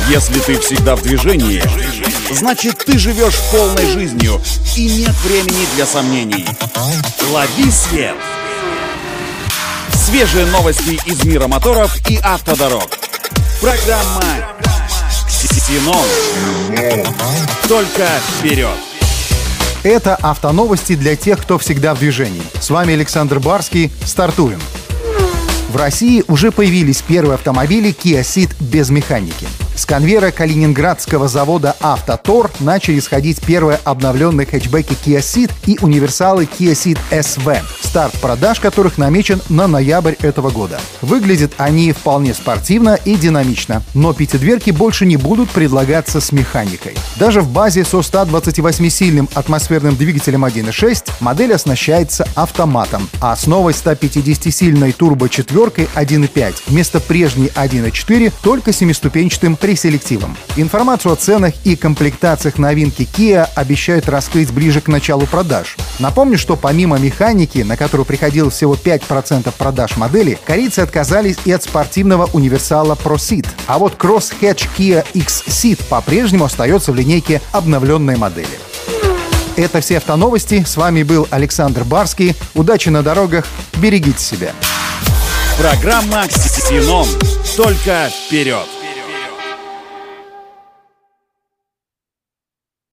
Если ты всегда в движении, значит, ты живешь полной жизнью и нет времени для сомнений. Лови свет! Свежие новости из мира моторов и автодорог. Программа «Ксенон». Только вперед! Это автоновости для тех, кто всегда в движении. С вами Александр Барский. Стартуем. В России уже появились первые автомобили Kia Ceed без механики. С конвейера калининградского завода «Автотор» начали сходить первые обновленные хэтчбеки Kia Ceed и универсалы Kia Ceed SV, старт продаж которых намечен на ноябрь этого года. Выглядят они вполне спортивно и динамично, но пятидверки больше не будут предлагаться с механикой. Даже в базе со 128-сильным атмосферным двигателем 1.6 модель оснащается автоматом, а с новой 150-сильной турбо-четверкой 1.5 вместо прежней 1.4 только семиступенчатым преселективом. Информацию о ценах и комплектациях новинки Kia обещают раскрыть ближе к началу продаж. Напомню, что помимо механики, на которую приходило всего 5% продаж модели, корейцы отказались и от спортивного универсала ProSeed. А вот Crosshatch Kia X-Ceed по-прежнему остается в линейке обновленной модели. Это все автоновости. С вами был Александр Барский. Удачи на дорогах. Берегите себя. Программа «Ксенон». Только вперед!